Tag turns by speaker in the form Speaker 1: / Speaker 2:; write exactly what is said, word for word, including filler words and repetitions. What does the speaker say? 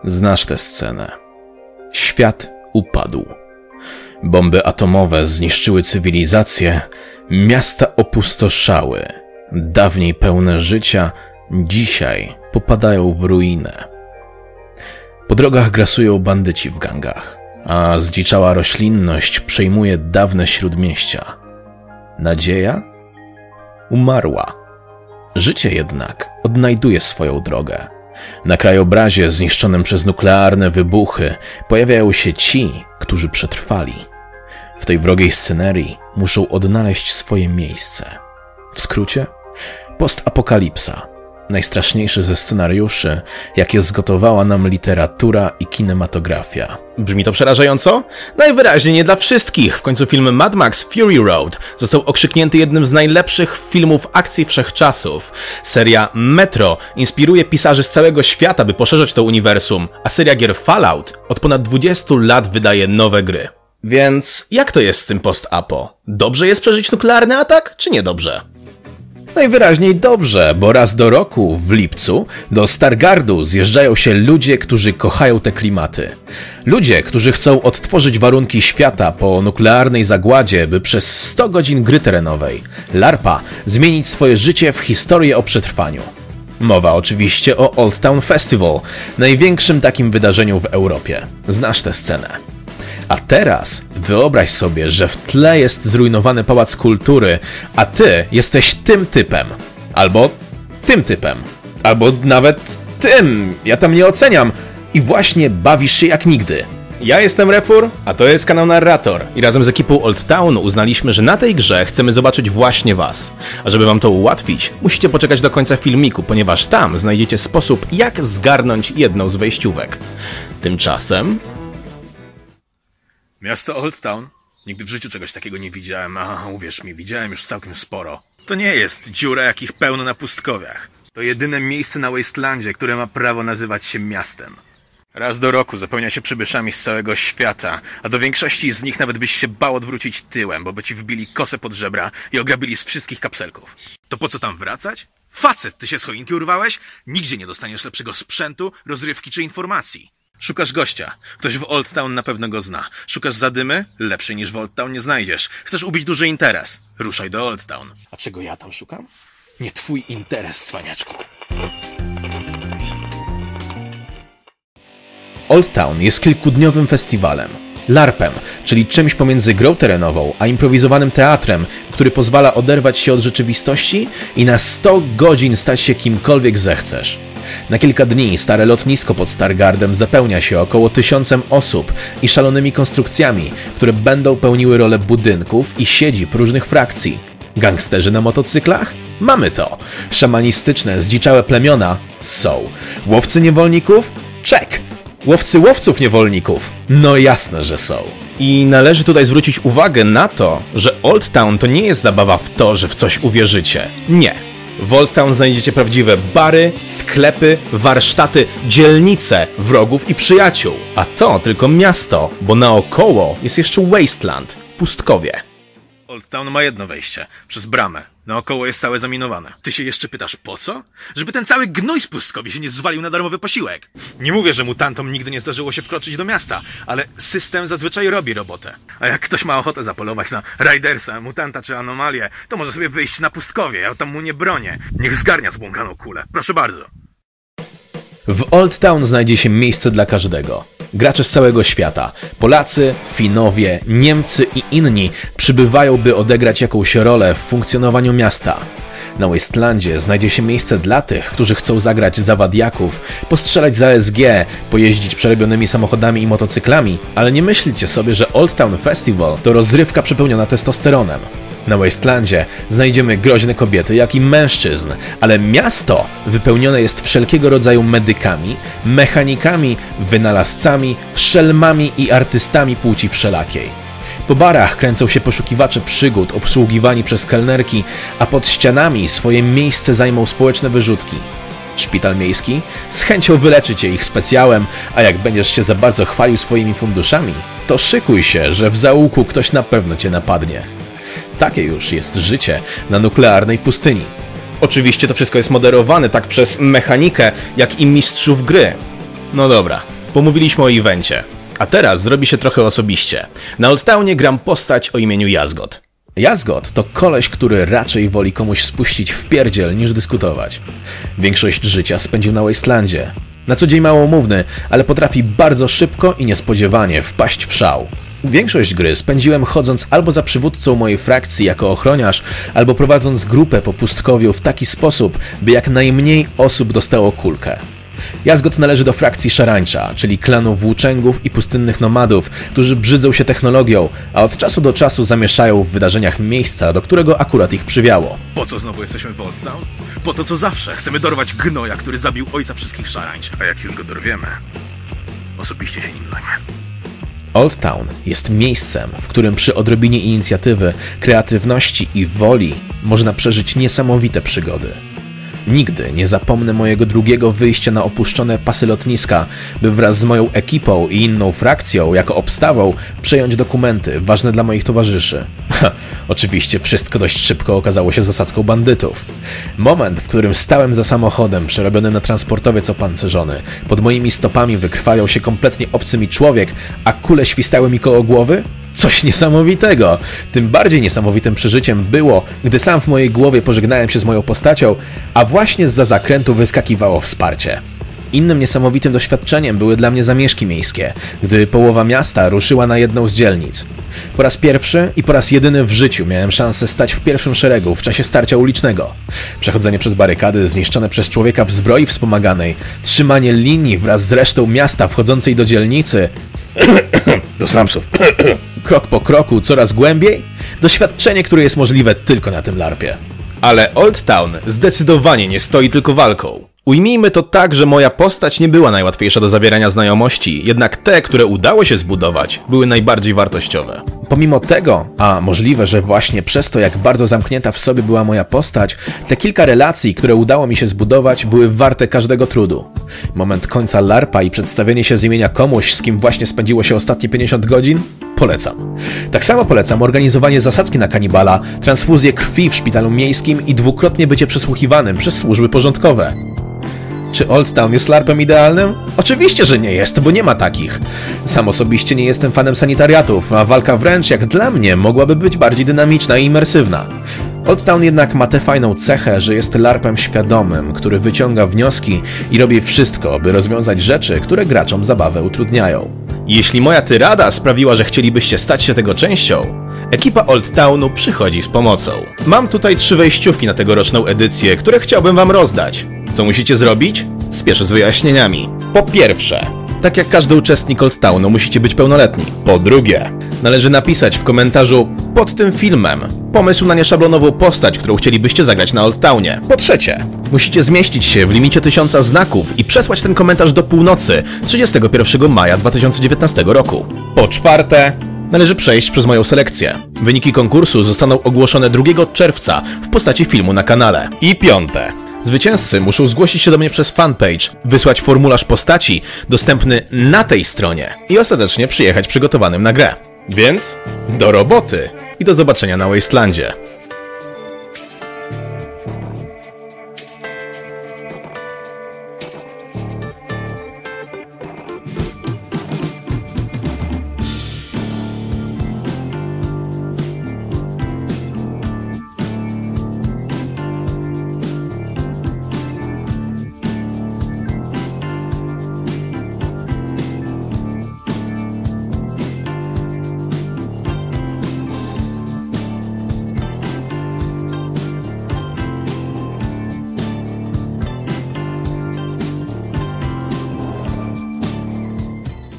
Speaker 1: Znasz tę scenę. Świat upadł. Bomby atomowe zniszczyły cywilizację, miasta opustoszały. Dawniej pełne życia, dzisiaj popadają w ruinę. Po drogach grasują bandyci w gangach, a zdziczała roślinność przejmuje dawne śródmieścia. Nadzieja? Umarła. Życie jednak odnajduje swoją drogę. Na krajobrazie zniszczonym przez nuklearne wybuchy pojawiają się ci, którzy przetrwali. W tej wrogiej scenerii muszą odnaleźć swoje miejsce. W skrócie, postapokalipsa. Najstraszniejszy ze scenariuszy, jakie zgotowała nam literatura i kinematografia.
Speaker 2: Brzmi to przerażająco? Najwyraźniej nie dla wszystkich. W końcu film Mad Max Fury Road został okrzyknięty jednym z najlepszych filmów akcji wszechczasów. Seria Metro inspiruje pisarzy z całego świata, by poszerzać to uniwersum, a seria gier Fallout od ponad dwudziestu lat wydaje nowe gry. Więc jak to jest z tym post-apo? Dobrze jest przeżyć nuklearny atak, czy niedobrze?
Speaker 1: Najwyraźniej dobrze, bo raz do roku, w lipcu, do Stargardu zjeżdżają się ludzie, którzy kochają te klimaty. Ludzie, którzy chcą odtworzyć warunki świata po nuklearnej zagładzie, by przez sto godzin gry terenowej, larpa, zmienić swoje życie w historię o przetrwaniu. Mowa oczywiście o Old Town Festival, największym takim wydarzeniu w Europie. Znasz tę scenę. A teraz wyobraź sobie, że w tle jest zrujnowany pałac kultury, a ty jesteś tym typem. Albo tym typem. Albo nawet tym. Ja tam nie oceniam. I właśnie bawisz się jak nigdy.
Speaker 2: Ja jestem Refur, a to jest kanał Narrator. I razem z ekipą Old Town uznaliśmy, że na tej grze chcemy zobaczyć właśnie was. A żeby wam to ułatwić, musicie poczekać do końca filmiku, ponieważ tam znajdziecie sposób, jak zgarnąć jedną z wejściówek. Tymczasem...
Speaker 3: Miasto Old Town? Nigdy w życiu czegoś takiego nie widziałem, a uwierz mi, widziałem już całkiem sporo. To nie jest dziura, jakich pełno na pustkowiach. To jedyne miejsce na Wastelandzie, które ma prawo nazywać się miastem. Raz do roku zapełnia się przybyszami z całego świata, a do większości z nich nawet byś się bał odwrócić tyłem, bo by ci wbili kosę pod żebra i ograbili z wszystkich kapselków. To po co tam wracać? Facet, ty się z choinki urwałeś? Nigdzie nie dostaniesz lepszego sprzętu, rozrywki czy informacji. Szukasz gościa. Ktoś w Old Town na pewno go zna. Szukasz zadymy? Lepszej niż w Old Town nie znajdziesz. Chcesz ubić duży interes? Ruszaj do Old Town. A czego ja tam szukam? Nie twój interes, cwaniaczku.
Speaker 1: Old Town jest kilkudniowym festiwalem. larpem, czyli czymś pomiędzy grą terenową a improwizowanym teatrem, który pozwala oderwać się od rzeczywistości i na sto godzin stać się kimkolwiek zechcesz. Na kilka dni stare lotnisko pod Stargardem zapełnia się około tysiącem osób i szalonymi konstrukcjami, które będą pełniły rolę budynków i siedzib różnych frakcji. Gangsterzy na motocyklach? Mamy to. Szamanistyczne, zdziczałe plemiona? Są. Łowcy niewolników? Check. Łowcy łowców niewolników? No jasne, że są.
Speaker 2: I należy tutaj zwrócić uwagę na to, że Old Town to nie jest zabawa w to, że w coś uwierzycie. Nie. W Old Town znajdziecie prawdziwe bary, sklepy, warsztaty, dzielnice, wrogów i przyjaciół. A to tylko miasto, bo naokoło jest jeszcze Wasteland, pustkowie.
Speaker 3: Old Town ma jedno wejście, przez bramę. Naokoło jest całe zaminowane. Ty się jeszcze pytasz po co? Żeby ten cały gnój z pustkowi się nie zwalił na darmowy posiłek. Nie mówię, że mutantom nigdy nie zdarzyło się wkroczyć do miasta, ale system zazwyczaj robi robotę. A jak ktoś ma ochotę zapolować na Ridersa, mutanta czy anomalię, to może sobie wyjść na pustkowie, ja tam mu nie bronię. Niech zgarnia zbłąkaną kulę. Proszę bardzo.
Speaker 1: W Old Town znajdzie się miejsce dla każdego. Gracze z całego świata, Polacy, Finowie, Niemcy i inni przybywają, by odegrać jakąś rolę w funkcjonowaniu miasta. Na Wastelandzie znajdzie się miejsce dla tych, którzy chcą zagrać zawadiaków, postrzelać za S G, pojeździć przerobionymi samochodami i motocyklami, ale nie myślcie sobie, że Old Town Festival to rozrywka przepełniona testosteronem. Na Wastelandzie znajdziemy groźne kobiety, jak i mężczyzn, ale miasto wypełnione jest wszelkiego rodzaju medykami, mechanikami, wynalazcami, szelmami i artystami płci wszelakiej. Po barach kręcą się poszukiwacze przygód obsługiwani przez kelnerki, a pod ścianami swoje miejsce zajmą społeczne wyrzutki. Szpital miejski? Z chęcią wyleczy cię ich specjałem, a jak będziesz się za bardzo chwalił swoimi funduszami, to szykuj się, że w zaułku ktoś na pewno cię napadnie. Takie już jest życie na nuklearnej pustyni.
Speaker 2: Oczywiście to wszystko jest moderowane tak przez mechanikę, jak i mistrzów gry. No dobra, Pomówiliśmy o evencie. A teraz zrobi się trochę osobiście. Na Old Townie gram postać o imieniu Jazgot.
Speaker 1: Jazgot to koleś, który raczej woli komuś spuścić w pierdziel niż dyskutować. Większość życia spędził na Wastelandzie. Na co dzień małomówny, ale potrafi bardzo szybko i niespodziewanie wpaść w szał. Większość gry spędziłem chodząc albo za przywódcą mojej frakcji jako ochroniarz, albo prowadząc grupę po pustkowiu w taki sposób, by jak najmniej osób dostało kulkę. Jazgot należy do frakcji szarańcza, czyli klanu włóczęgów i pustynnych nomadów, którzy brzydzą się technologią, a od czasu do czasu zamieszają w wydarzeniach miejsca, do którego akurat ich przywiało.
Speaker 3: Po co znowu jesteśmy w Old Town? Po to co zawsze. Chcemy dorwać gnoja, który zabił ojca wszystkich szarańcz. A jak już go dorwiemy, osobiście się nim zajmę.
Speaker 1: Old Town jest miejscem, w którym przy odrobinie inicjatywy, kreatywności i woli można przeżyć niesamowite przygody. Nigdy nie zapomnę mojego drugiego wyjścia na opuszczone pasy lotniska, by wraz z moją ekipą i inną frakcją, jako obstawą, przejąć dokumenty ważne dla moich towarzyszy. Ha, oczywiście wszystko dość szybko okazało się zasadzką bandytów. Moment, w którym stałem za samochodem przerobionym na transportowiec opancerzony, pod moimi stopami wykrwawiał się kompletnie obcy mi człowiek, a kule świstały mi koło głowy? Coś niesamowitego! Tym bardziej niesamowitym przeżyciem było, gdy sam w mojej głowie pożegnałem się z moją postacią, a właśnie zza zakrętu wyskakiwało wsparcie. Innym niesamowitym doświadczeniem były dla mnie zamieszki miejskie, gdy połowa miasta ruszyła na jedną z dzielnic. Po raz pierwszy i po raz jedyny w życiu miałem szansę stać w pierwszym szeregu w czasie starcia ulicznego. Przechodzenie przez barykady zniszczone przez człowieka w zbroi wspomaganej, trzymanie linii wraz z resztą miasta wchodzącej do dzielnicy...
Speaker 3: Do slumsów.
Speaker 1: Krok po kroku, coraz głębiej? Doświadczenie, które jest możliwe tylko na tym larpie.
Speaker 2: Ale Old Town zdecydowanie nie stoi tylko walką. Ujmijmy to tak, że moja postać nie była najłatwiejsza do zawierania znajomości, jednak te, które udało się zbudować, były najbardziej wartościowe.
Speaker 1: Pomimo tego, a możliwe, że właśnie przez to, jak bardzo zamknięta w sobie była moja postać, te kilka relacji, które udało mi się zbudować, były warte każdego trudu. Moment końca larpa i przedstawienie się z imienia komuś, z kim właśnie spędziło się ostatnie pięćdziesiąt godzin? Polecam. Tak samo polecam organizowanie zasadzki na kanibala, transfuzję krwi w szpitalu miejskim i dwukrotnie bycie przesłuchiwanym przez służby porządkowe. Czy Old Town jest larpem idealnym? Oczywiście, że nie jest, bo nie ma takich. Sam osobiście nie jestem fanem sanitariatów, a walka wręcz, jak dla mnie, mogłaby być bardziej dynamiczna i imersywna. Old Town jednak ma tę fajną cechę, że jest larpem świadomym, który wyciąga wnioski i robi wszystko, by rozwiązać rzeczy, które graczom zabawę utrudniają.
Speaker 2: Jeśli moja tyrada sprawiła, że chcielibyście stać się tego częścią, ekipa Old Townu przychodzi z pomocą. Mam tutaj trzy wejściówki na tegoroczną edycję, które chciałbym wam rozdać. Co musicie zrobić? Spieszę z wyjaśnieniami. Po pierwsze, tak jak każdy uczestnik Old Townu, musicie być pełnoletni. Po drugie, należy napisać w komentarzu pod tym filmem pomysł na nieszablonową postać, którą chcielibyście zagrać na Old Townie. Po trzecie, musicie zmieścić się w limicie tysiąca znaków i przesłać ten komentarz do północy trzydziestego pierwszego maja dwa tysiące dziewiętnastego roku. Po czwarte, należy przejść przez moją selekcję. Wyniki konkursu zostaną ogłoszone drugiego czerwca w postaci filmu na kanale. I piąte, zwycięzcy muszą zgłosić się do mnie przez fanpage, wysłać formularz postaci dostępny na tej stronie i ostatecznie przyjechać przygotowanym na grę. Więc do roboty i do zobaczenia na Wastelandzie.